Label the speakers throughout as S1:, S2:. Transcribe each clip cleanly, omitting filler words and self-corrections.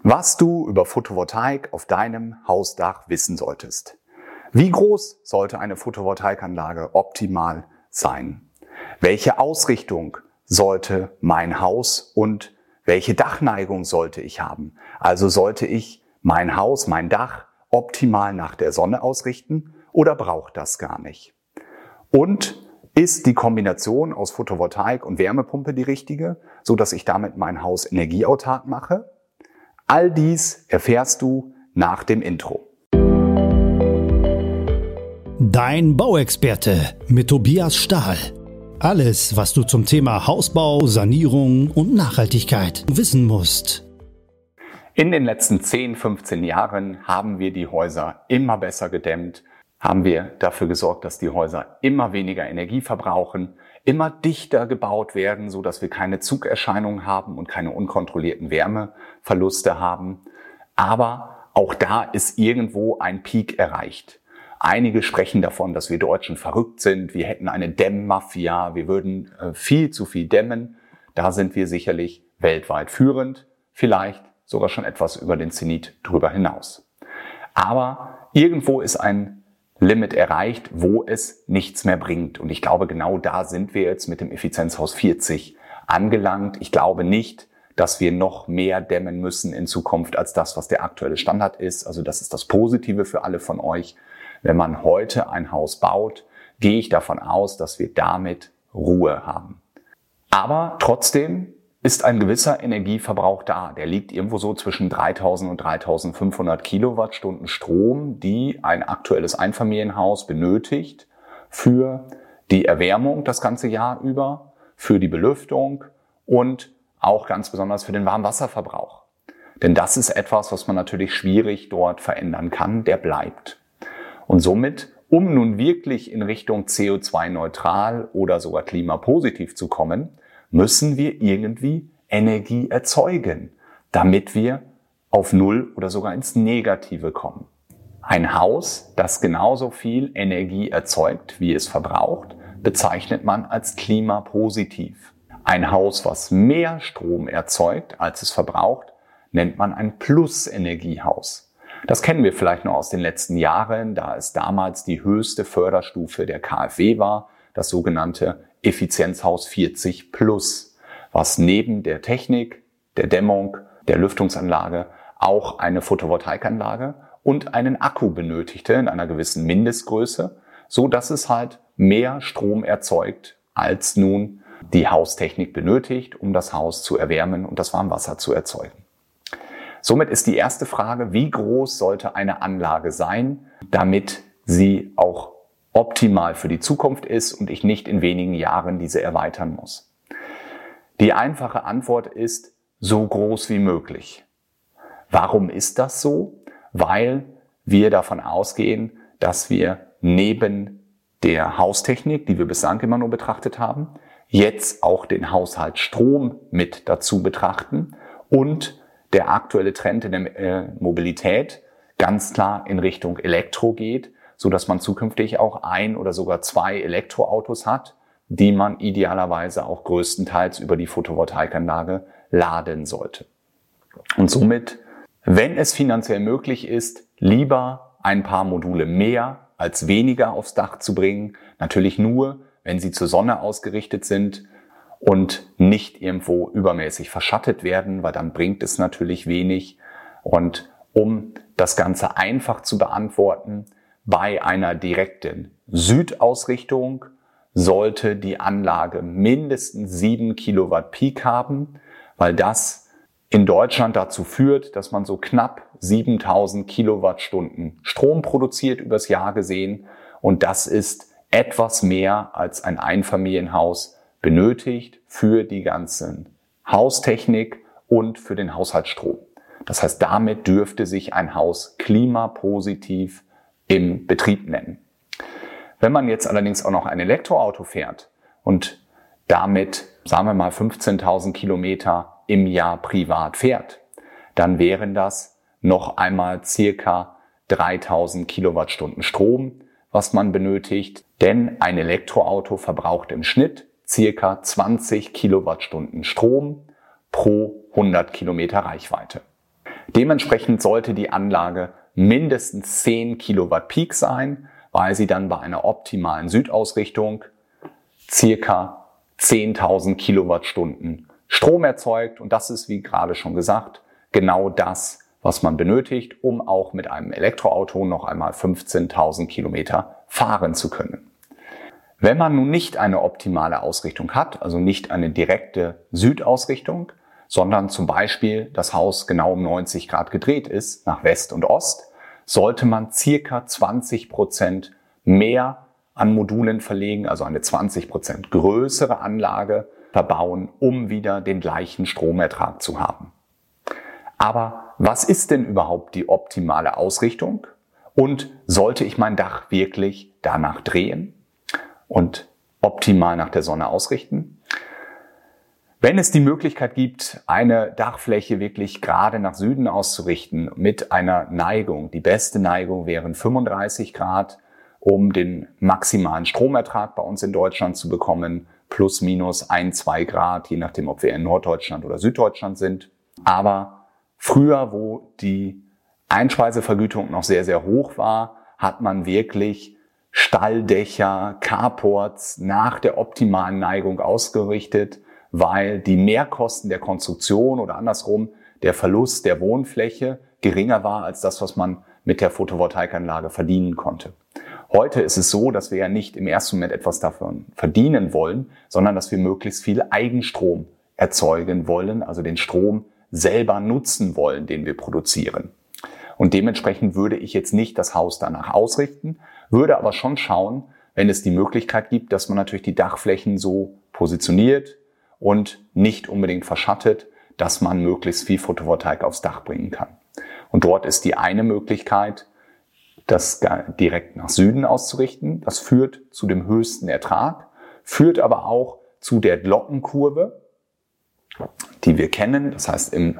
S1: Was du über Photovoltaik auf deinem Hausdach wissen solltest. Wie groß sollte eine Photovoltaikanlage optimal sein? Welche Ausrichtung sollte mein Haus und welche Dachneigung sollte ich haben? Also sollte ich mein Haus, mein Dach optimal nach der Sonne ausrichten oder braucht das gar nicht? Und ist die Kombination aus Photovoltaik und Wärmepumpe die richtige, so dass ich damit mein Haus energieautark mache? All dies erfährst du nach dem Intro.
S2: Dein Bauexperte mit Tobias Stahl. Alles, was du zum Thema Hausbau, Sanierung und Nachhaltigkeit wissen musst.
S1: In den letzten 10, 15 Jahren haben wir die Häuser immer besser gedämmt, haben wir dafür gesorgt, dass die Häuser immer weniger Energie verbrauchen, immer dichter gebaut werden, so dass wir keine Zugerscheinungen haben und keine unkontrollierten Wärmeverluste haben. Aber auch da ist irgendwo ein Peak erreicht. Einige sprechen davon, dass wir Deutschen verrückt sind, wir hätten eine Dämmmafia, wir würden viel zu viel dämmen. Da sind wir sicherlich weltweit führend, vielleicht sogar schon etwas über den Zenit drüber hinaus. Aber irgendwo ist ein Limit erreicht, wo es nichts mehr bringt. Und ich glaube, genau da sind wir jetzt mit dem Effizienzhaus 40 angelangt. Ich glaube nicht, dass wir noch mehr dämmen müssen in Zukunft als das, was der aktuelle Standard ist. Also das ist das Positive für alle von euch. Wenn man heute ein Haus baut, gehe ich davon aus, dass wir damit Ruhe haben. Aber trotzdem ist ein gewisser Energieverbrauch da. Der liegt irgendwo so zwischen 3000 und 3500 Kilowattstunden Strom, die ein aktuelles Einfamilienhaus benötigt für die Erwärmung das ganze Jahr über, für die Belüftung und auch ganz besonders für den Warmwasserverbrauch. Denn das ist etwas, was man natürlich schwierig dort verändern kann, der bleibt. Und somit, um nun wirklich in Richtung CO2-neutral oder sogar klimapositiv zu kommen, müssen wir irgendwie Energie erzeugen, damit wir auf Null oder sogar ins Negative kommen. Ein Haus, das genauso viel Energie erzeugt, wie es verbraucht, bezeichnet man als klimapositiv. Ein Haus, was mehr Strom erzeugt, als es verbraucht, nennt man ein Plus-Energiehaus. Das kennen wir vielleicht noch aus den letzten Jahren, da es damals die höchste Förderstufe der KfW war, das sogenannte Effizienzhaus 40 Plus, was neben der Technik, der Dämmung, der Lüftungsanlage auch eine Photovoltaikanlage und einen Akku benötigte in einer gewissen Mindestgröße, so dass es halt mehr Strom erzeugt, als nun die Haustechnik benötigt, um das Haus zu erwärmen und das Warmwasser zu erzeugen. Somit ist die erste Frage, wie groß sollte eine Anlage sein, damit sie auch optimal für die Zukunft ist und ich nicht in wenigen Jahren diese erweitern muss. Die einfache Antwort ist, so groß wie möglich. Warum ist das so? Weil wir davon ausgehen, dass wir neben der Haustechnik, die wir bislang immer nur betrachtet haben, jetzt auch den Haushalt Strom mit dazu betrachten und der aktuelle Trend in der Mobilität ganz klar in Richtung Elektro geht, so dass man zukünftig auch ein oder sogar zwei Elektroautos hat, die man idealerweise auch größtenteils über die Photovoltaikanlage laden sollte. Und somit, wenn es finanziell möglich ist, lieber ein paar Module mehr als weniger aufs Dach zu bringen. Natürlich nur, wenn sie zur Sonne ausgerichtet sind und nicht irgendwo übermäßig verschattet werden, weil dann bringt es natürlich wenig. Und um das Ganze einfach zu beantworten, bei einer direkten Südausrichtung sollte die Anlage mindestens 7 Kilowatt Peak haben, weil das in Deutschland dazu führt, dass man so knapp 7000 Kilowattstunden Strom produziert übers Jahr gesehen. Und das ist etwas mehr als ein Einfamilienhaus benötigt für die ganzen Haustechnik und für den Haushaltsstrom. Das heißt, damit dürfte sich ein Haus klimapositiv im Betrieb nennen. Wenn man jetzt allerdings auch noch ein Elektroauto fährt und damit, sagen wir mal, 15.000 Kilometer im Jahr privat fährt, dann wären das noch einmal circa 3.000 Kilowattstunden Strom, was man benötigt. Denn ein Elektroauto verbraucht im Schnitt circa 20 Kilowattstunden Strom pro 100 Kilometer Reichweite. Dementsprechend sollte die Anlage mindestens 10 Kilowatt Peak sein, weil sie dann bei einer optimalen Südausrichtung circa 10.000 Kilowattstunden Strom erzeugt. Und das ist, wie gerade schon gesagt, genau das, was man benötigt, um auch mit einem Elektroauto noch einmal 15.000 Kilometer fahren zu können. Wenn man nun nicht eine optimale Ausrichtung hat, also nicht eine direkte Südausrichtung, sondern zum Beispiel das Haus genau um 90 Grad gedreht ist, nach West und Ost, sollte man circa 20% mehr an Modulen verlegen, also eine 20% größere Anlage verbauen, um wieder den gleichen Stromertrag zu haben. Aber was ist denn überhaupt die optimale Ausrichtung? Und sollte ich mein Dach wirklich danach drehen und optimal nach der Sonne ausrichten? Wenn es die Möglichkeit gibt, eine Dachfläche wirklich gerade nach Süden auszurichten mit einer Neigung, die beste Neigung wären 35 Grad, um den maximalen Stromertrag bei uns in Deutschland zu bekommen, plus minus 1-2 Grad, je nachdem, ob wir in Norddeutschland oder Süddeutschland sind. Aber früher, wo die Einspeisevergütung noch sehr, sehr hoch war, hat man wirklich Stalldächer, Carports nach der optimalen Neigung ausgerichtet, weil die Mehrkosten der Konstruktion oder andersrum der Verlust der Wohnfläche geringer war als das, was man mit der Photovoltaikanlage verdienen konnte. Heute ist es so, dass wir ja nicht im ersten Moment etwas davon verdienen wollen, sondern dass wir möglichst viel Eigenstrom erzeugen wollen, also den Strom selber nutzen wollen, den wir produzieren. Und dementsprechend würde ich jetzt nicht das Haus danach ausrichten, würde aber schon schauen, wenn es die Möglichkeit gibt, dass man natürlich die Dachflächen so positioniert und nicht unbedingt verschattet, dass man möglichst viel Photovoltaik aufs Dach bringen kann. Und dort ist die eine Möglichkeit, das direkt nach Süden auszurichten. Das führt zu dem höchsten Ertrag, führt aber auch zu der Glockenkurve, die wir kennen. Das heißt, im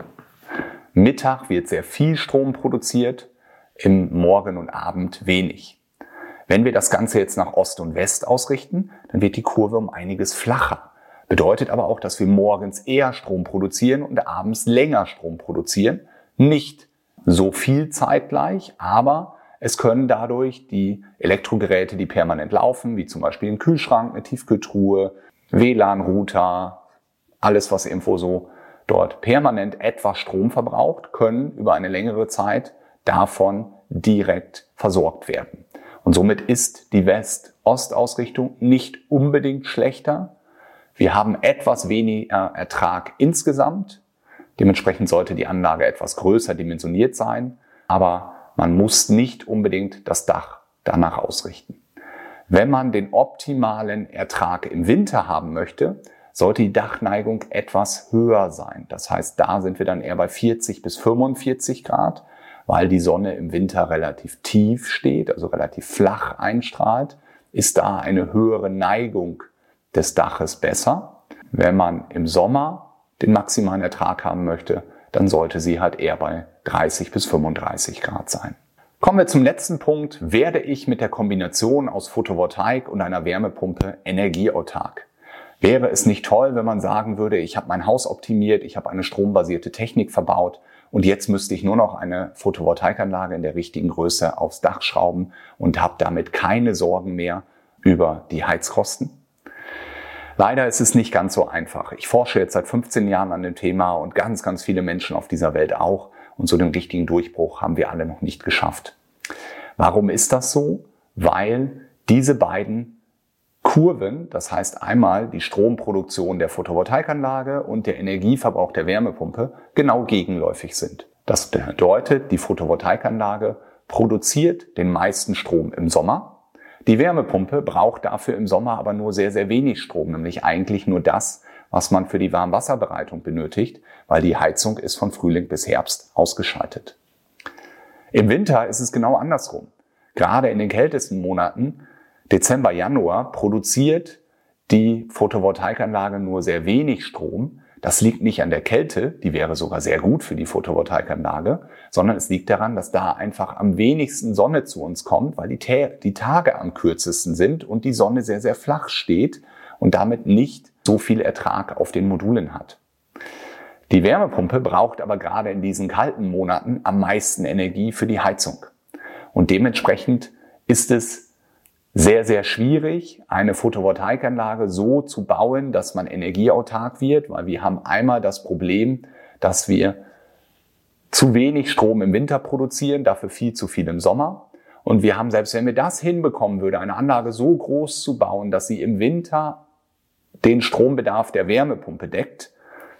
S1: Mittag wird sehr viel Strom produziert, im Morgen und Abend wenig. Wenn wir das Ganze jetzt nach Ost und West ausrichten, dann wird die Kurve um einiges flacher. Bedeutet aber auch, dass wir morgens eher Strom produzieren und abends länger Strom produzieren. Nicht so viel zeitgleich, aber es können dadurch die Elektrogeräte, die permanent laufen, wie zum Beispiel ein Kühlschrank, eine Tiefkühltruhe, WLAN-Router, alles, was irgendwo so dort permanent etwas Strom verbraucht, können über eine längere Zeit davon direkt versorgt werden. Und somit ist die West-Ost-Ausrichtung nicht unbedingt schlechter. Wir haben etwas weniger Ertrag insgesamt. Dementsprechend sollte die Anlage etwas größer dimensioniert sein. Aber man muss nicht unbedingt das Dach danach ausrichten. Wenn man den optimalen Ertrag im Winter haben möchte, sollte die Dachneigung etwas höher sein. Das heißt, da sind wir dann eher bei 40 bis 45 Grad, weil die Sonne im Winter relativ tief steht, also relativ flach einstrahlt, ist da eine höhere Neigung des Daches besser. Wenn man im Sommer den maximalen Ertrag haben möchte, dann sollte sie halt eher bei 30 bis 35 Grad sein. Kommen wir zum letzten Punkt. Werde ich mit der Kombination aus Photovoltaik und einer Wärmepumpe energieautark? Wäre es nicht toll, wenn man sagen würde, ich habe mein Haus optimiert, ich habe eine strombasierte Technik verbaut und jetzt müsste ich nur noch eine Photovoltaikanlage in der richtigen Größe aufs Dach schrauben und habe damit keine Sorgen mehr über die Heizkosten? Leider ist es nicht ganz so einfach. Ich forsche jetzt seit 15 Jahren an dem Thema und ganz, ganz viele Menschen auf dieser Welt auch. Und so den richtigen Durchbruch haben wir alle noch nicht geschafft. Warum ist das so? Weil diese beiden Kurven, das heißt einmal die Stromproduktion der Photovoltaikanlage und der Energieverbrauch der Wärmepumpe, genau gegenläufig sind. Das bedeutet, die Photovoltaikanlage produziert den meisten Strom im Sommer. Die Wärmepumpe braucht dafür im Sommer aber nur sehr, sehr wenig Strom, nämlich eigentlich nur das, was man für die Warmwasserbereitung benötigt, weil die Heizung ist von Frühling bis Herbst ausgeschaltet. Im Winter ist es genau andersrum. Gerade in den kältesten Monaten, Dezember, Januar, produziert die Photovoltaikanlage nur sehr wenig Strom. Das liegt nicht an der Kälte, die wäre sogar sehr gut für die Photovoltaikanlage, sondern es liegt daran, dass da einfach am wenigsten Sonne zu uns kommt, weil die Tage am kürzesten sind und die Sonne sehr, sehr flach steht und damit nicht so viel Ertrag auf den Modulen hat. Die Wärmepumpe braucht aber gerade in diesen kalten Monaten am meisten Energie für die Heizung. Und dementsprechend ist es sehr, sehr schwierig, eine Photovoltaikanlage so zu bauen, dass man energieautark wird, weil wir haben einmal das Problem, dass wir zu wenig Strom im Winter produzieren, dafür viel zu viel im Sommer. Und wir haben, selbst wenn wir das hinbekommen würde, eine Anlage so groß zu bauen, dass sie im Winter den Strombedarf der Wärmepumpe deckt,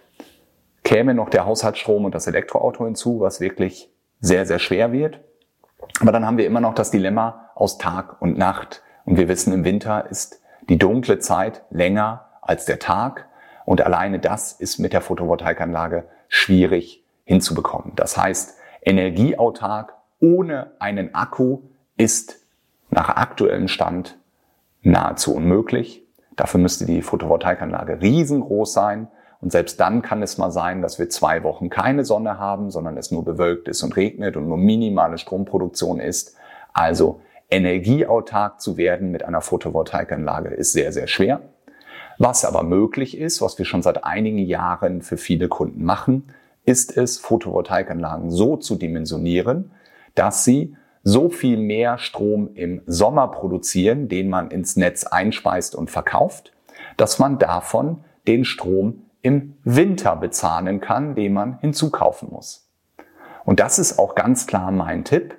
S1: käme noch der Haushaltsstrom und das Elektroauto hinzu, was wirklich sehr, sehr schwer wird. Aber dann haben wir immer noch das Dilemma aus Tag und Nacht. Und wir wissen, im Winter ist die dunkle Zeit länger als der Tag. Und alleine das ist mit der Photovoltaikanlage schwierig hinzubekommen. Das heißt, energieautark ohne einen Akku ist nach aktuellem Stand nahezu unmöglich. Dafür müsste die Photovoltaikanlage riesengroß sein. Und selbst dann kann es mal sein, dass wir 2 Wochen keine Sonne haben, sondern es nur bewölkt ist und regnet und nur minimale Stromproduktion ist. Also energieautark zu werden mit einer Photovoltaikanlage ist sehr, sehr schwer. Was aber möglich ist, was wir schon seit einigen Jahren für viele Kunden machen, ist es, Photovoltaikanlagen so zu dimensionieren, dass sie so viel mehr Strom im Sommer produzieren, den man ins Netz einspeist und verkauft, dass man davon den Strom im Winter bezahlen kann, den man hinzukaufen muss. Und das ist auch ganz klar mein Tipp,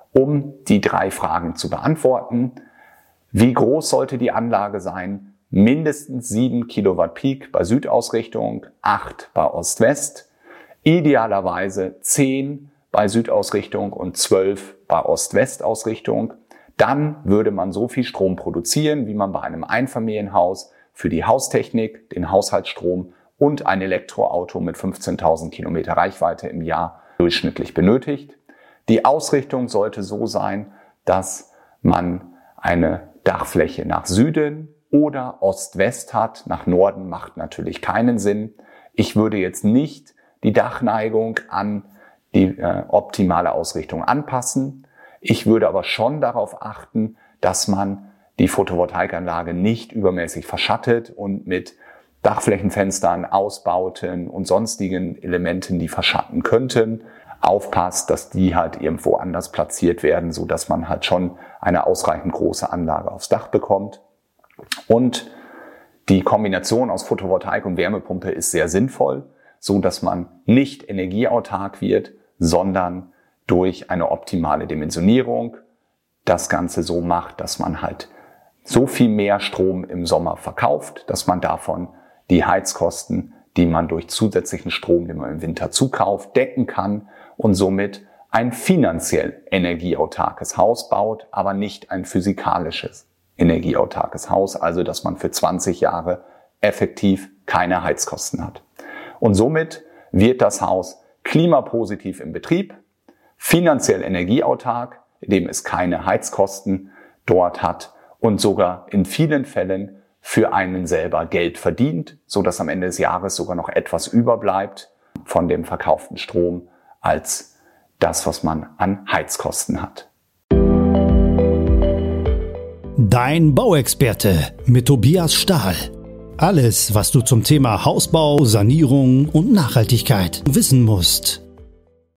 S1: um die 3 Fragen zu beantworten. Wie groß sollte die Anlage sein? Mindestens 7 Kilowatt Peak bei Südausrichtung, 8 bei Ost-West, idealerweise 10 bei Südausrichtung und 12 bei Ost-West-Ausrichtung. Dann würde man so viel Strom produzieren, wie man bei einem Einfamilienhaus für die Haustechnik, den Haushaltsstrom und ein Elektroauto mit 15.000 Kilometer Reichweite im Jahr durchschnittlich benötigt. Die Ausrichtung sollte so sein, dass man eine Dachfläche nach Süden oder Ost-West hat. Nach Norden macht natürlich keinen Sinn. Ich würde jetzt nicht die Dachneigung an die optimale Ausrichtung anpassen. Ich würde aber schon darauf achten, dass man die Photovoltaikanlage nicht übermäßig verschattet und mit Dachflächenfenstern, Ausbauten und sonstigen Elementen, die verschatten könnten, aufpasst, dass die halt irgendwo anders platziert werden, so dass man halt schon eine ausreichend große Anlage aufs Dach bekommt. Und die Kombination aus Photovoltaik und Wärmepumpe ist sehr sinnvoll, so dass man nicht energieautark wird, sondern durch eine optimale Dimensionierung das Ganze so macht, dass man halt so viel mehr Strom im Sommer verkauft, dass man davon die Heizkosten, die man durch zusätzlichen Strom, den man im Winter zukauft, decken kann und somit ein finanziell energieautarkes Haus baut, aber nicht ein physikalisches energieautarkes Haus, also dass man für 20 Jahre effektiv keine Heizkosten hat. Und somit wird das Haus klimapositiv im Betrieb, finanziell energieautark, indem es keine Heizkosten dort hat und sogar in vielen Fällen für einen selber Geld verdient, so dass am Ende des Jahres sogar noch etwas überbleibt von dem verkauften Strom als das, was man an Heizkosten hat.
S2: Dein Bauexperte mit Tobias Stahl. Alles, was du zum Thema Hausbau, Sanierung und Nachhaltigkeit wissen musst.